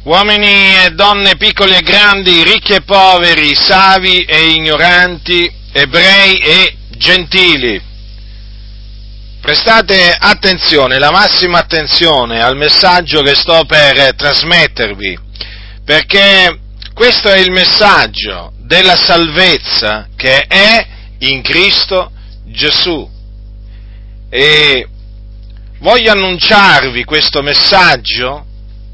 Uomini e donne, piccoli e grandi, ricchi e poveri, savi e ignoranti, ebrei e gentili, prestate attenzione, la massima attenzione al messaggio che sto per trasmettervi, perché questo è il messaggio della salvezza che è in Cristo Gesù. E voglio annunciarvi questo messaggio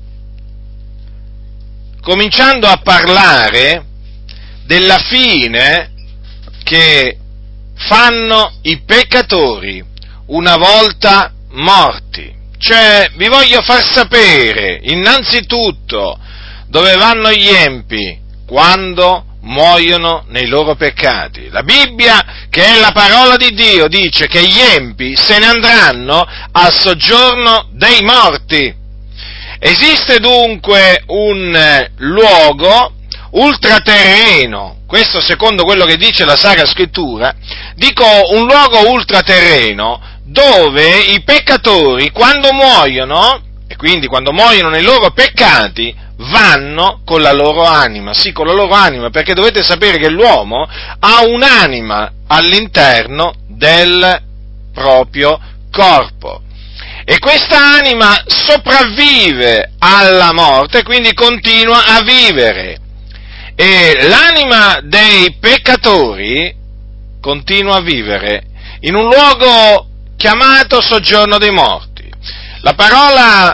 cominciando a parlare della fine che fanno i peccatori una volta morti. Cioè, vi voglio far sapere innanzitutto dove vanno gli empi quando muoiono nei loro peccati. La Bibbia, che è la parola di Dio, dice che gli empi se ne andranno al soggiorno dei morti. Esiste dunque un luogo ultraterreno, questo secondo quello che dice la Sacra Scrittura, dico un luogo ultraterreno dove i peccatori quando muoiono, e quindi quando muoiono nei loro peccati, vanno con la loro anima, sì, con la loro anima, perché dovete sapere che l'uomo ha un'anima all'interno del proprio corpo. E questa anima sopravvive alla morte e quindi continua a vivere. E l'anima dei peccatori continua a vivere in un luogo chiamato soggiorno dei morti. La parola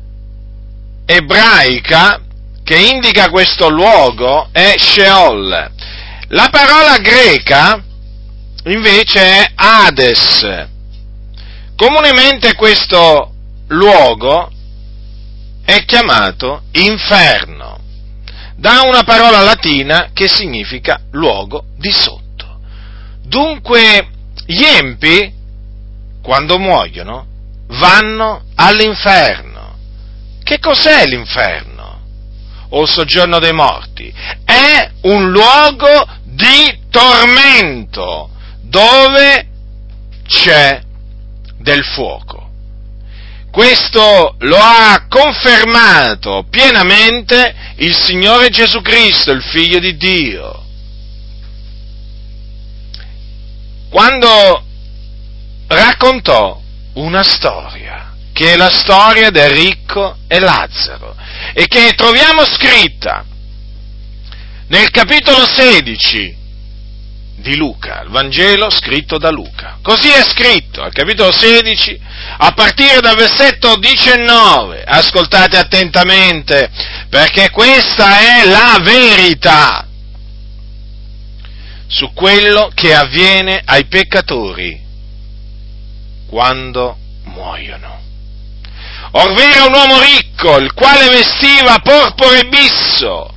ebraica che indica questo luogo è Sheol. La parola greca invece è Hades. Comunemente questo luogo è chiamato inferno, da una parola latina che significa luogo di sotto. Dunque, gli empi, quando muoiono, vanno all'inferno. Che cos'è l'inferno? O il soggiorno dei morti? È un luogo di tormento, dove c'è del fuoco. Questo lo ha confermato pienamente il Signore Gesù Cristo, il Figlio di Dio, quando raccontò una storia, che è la storia del ricco e Lazzaro, e che troviamo scritta nel capitolo 16 di Luca, il Vangelo scritto da Luca. Così è scritto, al capitolo 16, a partire dal versetto 19. Ascoltate attentamente, perché questa è la verità su quello che avviene ai peccatori quando muoiono. Orv'era un uomo ricco, il quale vestiva porpora e bisso,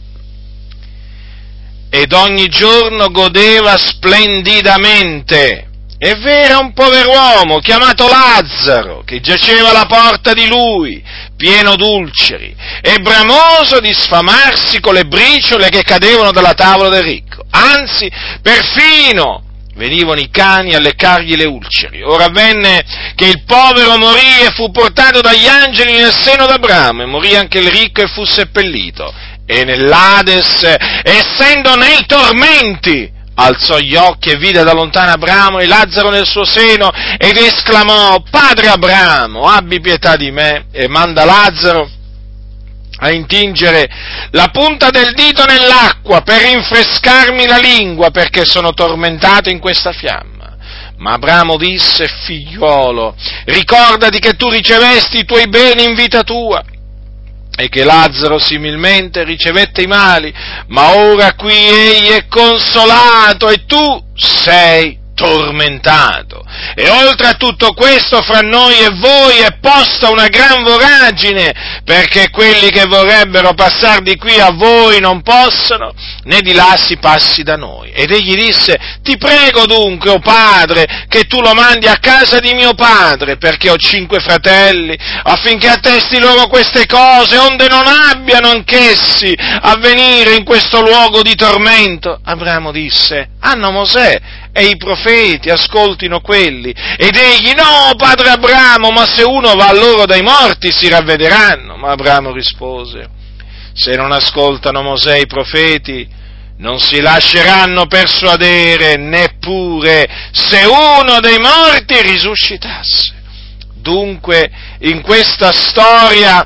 ed ogni giorno godeva splendidamente. E v'era un pover'uomo chiamato Lazzaro, che giaceva alla porta di lui, pieno d'ulceri, e bramoso di sfamarsi con le briciole che cadevano dalla tavola del ricco. Anzi, perfino venivano i cani a leccargli le ulceri. Ora avvenne che il povero morì e fu portato dagli angeli nel seno d'Abramo, e morì anche il ricco e fu seppellito. E nell'Ades, essendo nei tormenti, alzò gli occhi e vide da lontano Abramo e Lazzaro nel suo seno, ed esclamò: Padre Abramo, abbi pietà di me, e manda Lazzaro a intingere la punta del dito nell'acqua per rinfrescarmi la lingua, perché sono tormentato in questa fiamma. Ma Abramo disse: Figliuolo, ricordati che tu ricevesti i tuoi beni in vita tua, e che Lazzaro similmente ricevette i mali, ma ora qui egli è consolato e tu sei tormentato. E oltre a tutto questo, fra noi e voi è posta una gran voragine, perché quelli che vorrebbero passare di qui a voi non possono, né di là si passi da noi. Ed egli disse: Ti prego dunque, o padre, che tu lo mandi a casa di mio padre, perché ho 5 fratelli, affinché attesti loro queste cose, onde non abbiano anch'essi a venire in questo luogo di tormento. Abramo disse: Hanno Mosè e i profeti, ascoltino quelli. Ed egli: No, padre Abramo, ma se uno va a loro dai morti si ravvederanno. Ma Abramo rispose: se non ascoltano Mosè e i profeti, non si lasceranno persuadere neppure se uno dei morti risuscitasse. Dunque, in questa storia,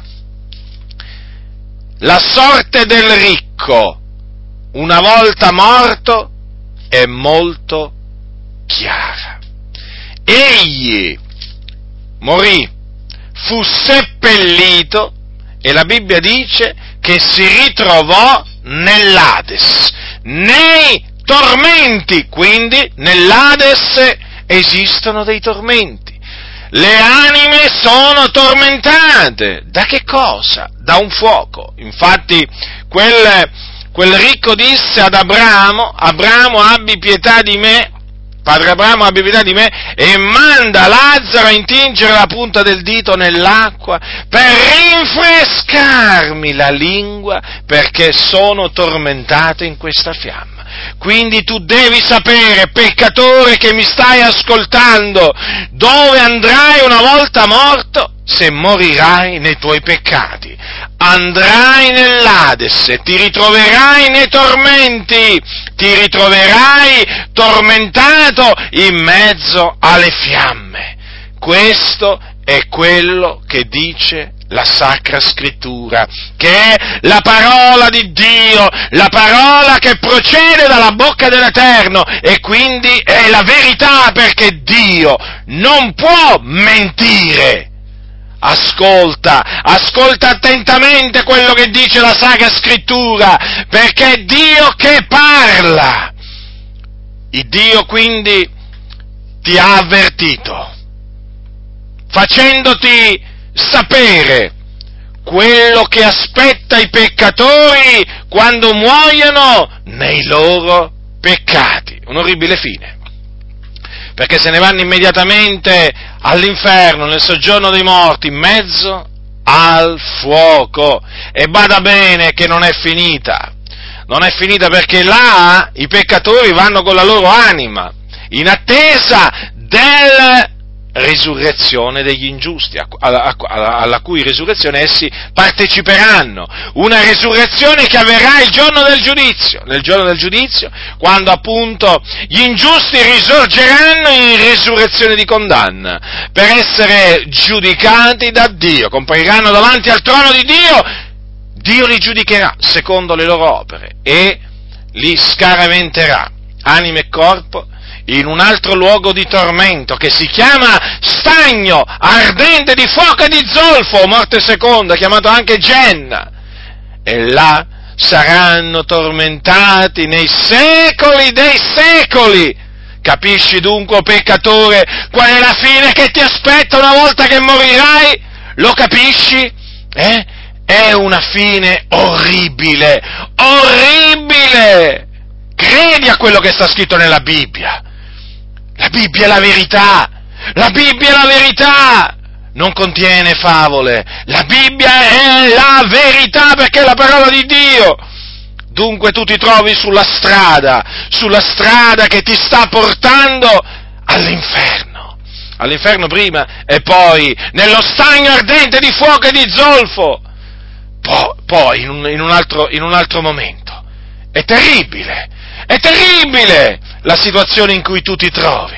la sorte del ricco, una volta morto, è molto chiara. Egli morì, fu seppellito e la Bibbia dice che si ritrovò nell'Ades, nei tormenti, quindi nell'Ades esistono dei tormenti. Le anime sono tormentate. Da che cosa? Da un fuoco. Infatti quel ricco disse ad Abramo: Abramo, abbi pietà di me, padre Abramo, abbi pietà di me, e manda Lazzaro a intingere la punta del dito nell'acqua per rinfrescarmi la lingua, perché sono tormentato in questa fiamma. Quindi tu devi sapere, peccatore che mi stai ascoltando, dove andrai una volta morto? Se morirai nei tuoi peccati. Andrai nell'Ades, ti ritroverai nei tormenti, ti ritroverai tormentato in mezzo alle fiamme. Questo è quello che dice la Sacra Scrittura, che è la parola di Dio, la parola che procede dalla bocca dell'Eterno, e quindi è la verità, perché Dio non può mentire. Ascolta attentamente quello che dice la Sacra Scrittura, perché è Dio che parla. Il Dio quindi ti ha avvertito, facendoti sapere quello che aspetta i peccatori quando muoiono nei loro peccati. Un'orribile fine, perché se ne vanno immediatamente all'inferno, nel soggiorno dei morti, in mezzo al fuoco. E bada bene che non è finita, perché là i peccatori vanno con la loro anima, in attesa del risurrezione degli ingiusti, alla cui risurrezione essi parteciperanno, una risurrezione che avverrà il giorno del giudizio, nel giorno del giudizio, quando appunto gli ingiusti risorgeranno in risurrezione di condanna, per essere giudicati da Dio, compariranno davanti al trono di Dio, Dio li giudicherà secondo le loro opere e li scaraventerà, anima e corpo, in un altro luogo di tormento che si chiama stagno ardente di fuoco e di zolfo, morte seconda, chiamato anche Genna, e là saranno tormentati nei secoli dei secoli. Capisci dunque, o peccatore, qual è la fine che ti aspetta una volta che morirai? Lo capisci? È una fine orribile, orribile! Credi a quello che sta scritto nella Bibbia. La Bibbia è la verità, la Bibbia è la verità, non contiene favole, la Bibbia è la verità, perché è la parola di Dio. Dunque tu ti trovi sulla strada che ti sta portando all'inferno prima e poi nello stagno ardente di fuoco e di zolfo, poi in un altro momento. È terribile la situazione in cui tu ti trovi.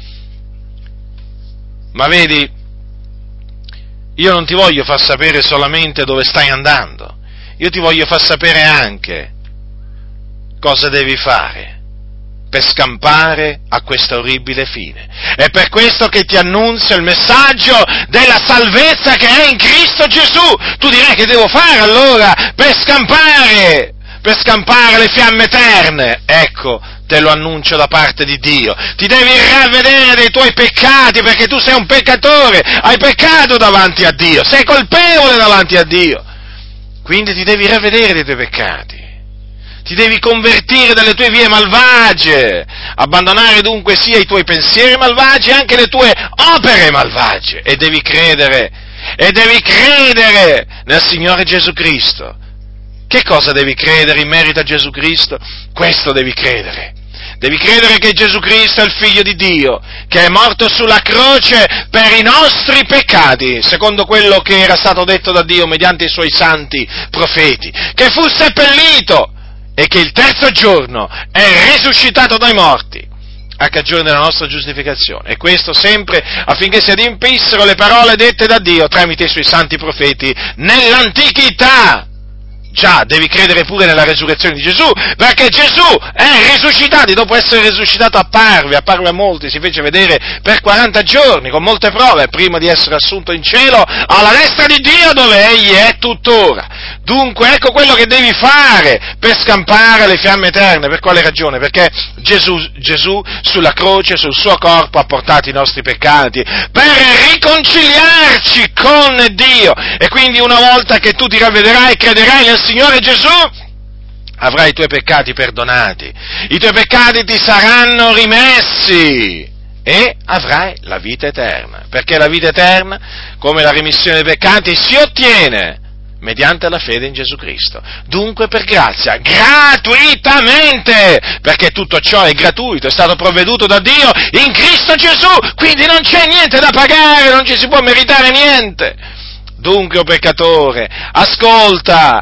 Ma vedi, io non ti voglio far sapere solamente dove stai andando, io ti voglio far sapere anche cosa devi fare per scampare a questa orribile fine. È per questo che ti annunzio il messaggio della salvezza che è in Cristo Gesù. Tu dirai: che devo fare allora per scampare le fiamme eterne? Ecco, te lo annuncio da parte di Dio. Ti devi ravvedere dei tuoi peccati, perché tu sei un peccatore, hai peccato davanti a Dio, sei colpevole davanti a Dio. Quindi ti devi ravvedere dei tuoi peccati. Ti devi convertire dalle tue vie malvagie, abbandonare dunque sia i tuoi pensieri malvagi, anche le tue opere malvagie, e devi credere nel Signore Gesù Cristo. Che cosa devi credere in merito a Gesù Cristo? Questo devi credere. devi credere che Gesù Cristo è il Figlio di Dio, che è morto sulla croce per i nostri peccati, secondo quello che era stato detto da Dio mediante i suoi santi profeti, che fu seppellito e che il terzo giorno è risuscitato dai morti, a cagione della nostra giustificazione, e questo sempre affinché si adempissero le parole dette da Dio tramite i suoi santi profeti nell'antichità. Già, devi credere pure nella resurrezione di Gesù, perché Gesù è risuscitato, dopo essere risuscitato apparve a molti, si fece vedere per 40 giorni, con molte prove, prima di essere assunto in cielo, alla destra di Dio, dove Egli è tuttora. Dunque, ecco quello che devi fare per scampare le fiamme eterne. Per quale ragione? Perché Gesù sulla croce, sul suo corpo, ha portato i nostri peccati, per riconciliarci con Dio, e quindi una volta che tu ti ravvederai e crederai nel Signore Gesù, avrai i tuoi peccati perdonati, i tuoi peccati ti saranno rimessi e avrai la vita eterna, perché la vita eterna, come la remissione dei peccati, si ottiene mediante la fede in Gesù Cristo. Dunque per grazia, gratuitamente, perché tutto ciò è gratuito, è stato provveduto da Dio in Cristo Gesù, quindi non c'è niente da pagare, non ci si può meritare niente. Dunque, o peccatore, ascolta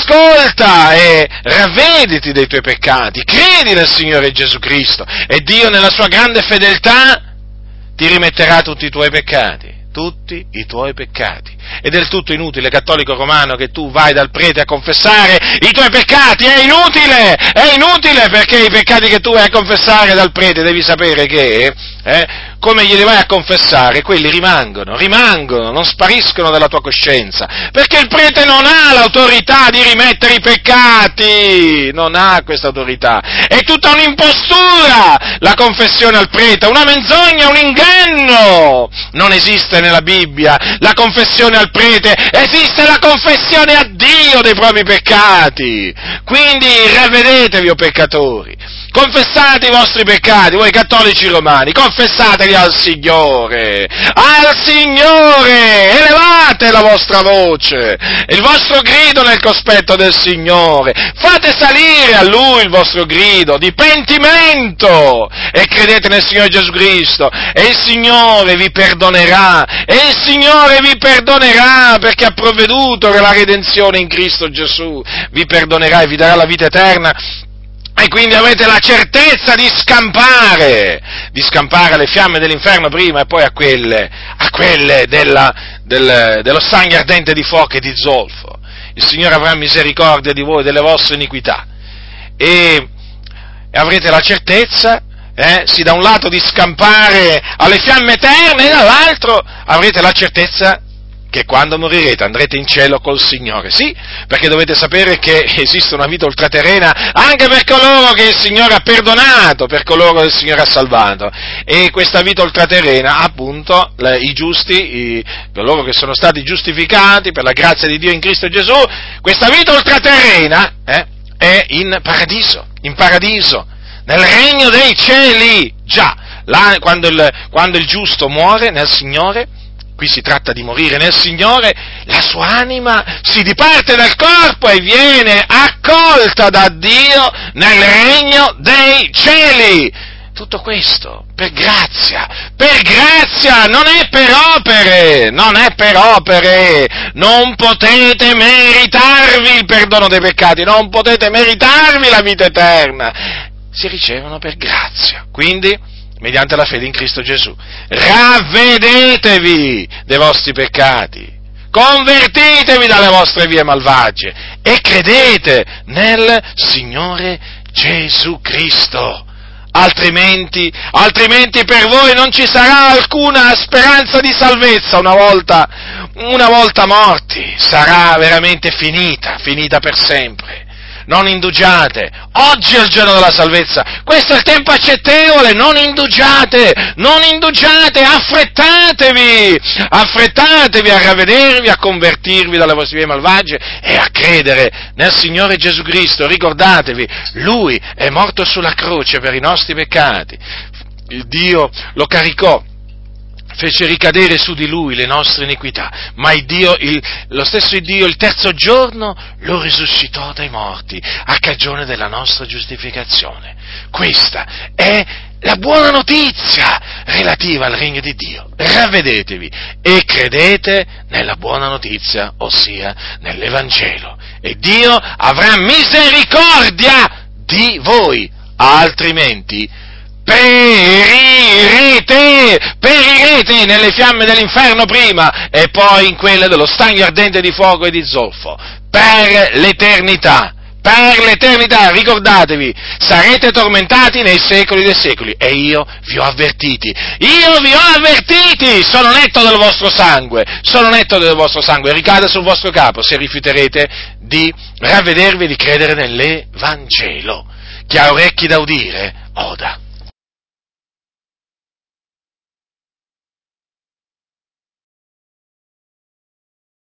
e ravvediti dei tuoi peccati, credi nel Signore Gesù Cristo e Dio nella sua grande fedeltà ti rimetterà tutti i tuoi peccati. Tutti i tuoi peccati. È del tutto inutile, cattolico romano, che tu vai dal prete a confessare i tuoi peccati, è inutile, perché i peccati che tu vai a confessare dal prete, devi sapere che, come glieli vai a confessare, quelli rimangono, non spariscono dalla tua coscienza, perché il prete non ha l'autorità di rimettere i peccati, non ha questa autorità, è tutta un'impostura la confessione al prete, una menzogna, un inganno, non esiste nella Bibbia la confessione al prete, esiste la confessione a Dio dei propri peccati. Quindi ravvedetevi, o peccatori, confessate i vostri peccati, voi cattolici romani, confessateli al Signore, elevate la vostra voce, il vostro grido nel cospetto del Signore, fate salire a Lui il vostro grido di pentimento e credete nel Signore Gesù Cristo e il Signore vi perdonerà, perché ha provveduto per la redenzione in Cristo Gesù, vi perdonerà e vi darà la vita eterna. E quindi avete la certezza di scampare le fiamme dell'inferno prima e poi a quelle dello stagno ardente di fuoco e di zolfo. Il Signore avrà misericordia di voi e delle vostre iniquità e avrete la certezza, sì, da un lato di scampare alle fiamme eterne e dall'altro avrete la certezza che quando morirete andrete in cielo col Signore. Sì, perché dovete sapere che esiste una vita ultraterrena anche per coloro che il Signore ha perdonato, per coloro che il Signore ha salvato. E questa vita ultraterrena, appunto, i giusti, coloro che sono stati giustificati per la grazia di Dio in Cristo Gesù, questa vita ultraterrena è in paradiso, nel regno dei cieli. Già, là, quando il giusto muore nel Signore, qui si tratta di morire nel Signore, la sua anima si diparte dal corpo e viene accolta da Dio nel regno dei cieli. Tutto questo per grazia, non è per opere, non potete meritarvi il perdono dei peccati, non potete meritarvi la vita eterna, si ricevono per grazia, quindi mediante la fede in Cristo Gesù. Ravvedetevi dei vostri peccati, convertitevi dalle vostre vie malvagie e credete nel Signore Gesù Cristo. Altrimenti per voi non ci sarà alcuna speranza di salvezza una volta morti, sarà veramente finita per sempre. Non indugiate, oggi è il giorno della salvezza, questo è il tempo accettevole, non indugiate, affrettatevi a ravvedervi, a convertirvi dalle vostre vie malvagie e a credere nel Signore Gesù Cristo. Ricordatevi, Lui è morto sulla croce per i nostri peccati, il Dio lo caricò fece ricadere su di lui le nostre iniquità, ma lo stesso Dio il terzo giorno lo risuscitò dai morti, a cagione della nostra giustificazione. Questa è la buona notizia relativa al regno di Dio. Ravvedetevi e credete nella buona notizia, ossia nell'Evangelo, e Dio avrà misericordia di voi, altrimenti perirete nelle fiamme dell'inferno prima e poi in quelle dello stagno ardente di fuoco e di zolfo, per l'eternità, ricordatevi, sarete tormentati nei secoli dei secoli, e io vi ho avvertiti, sono netto del vostro sangue, ricade sul vostro capo se rifiuterete di ravvedervi e di credere nell'Evangelo. Chi ha orecchi da udire, oda.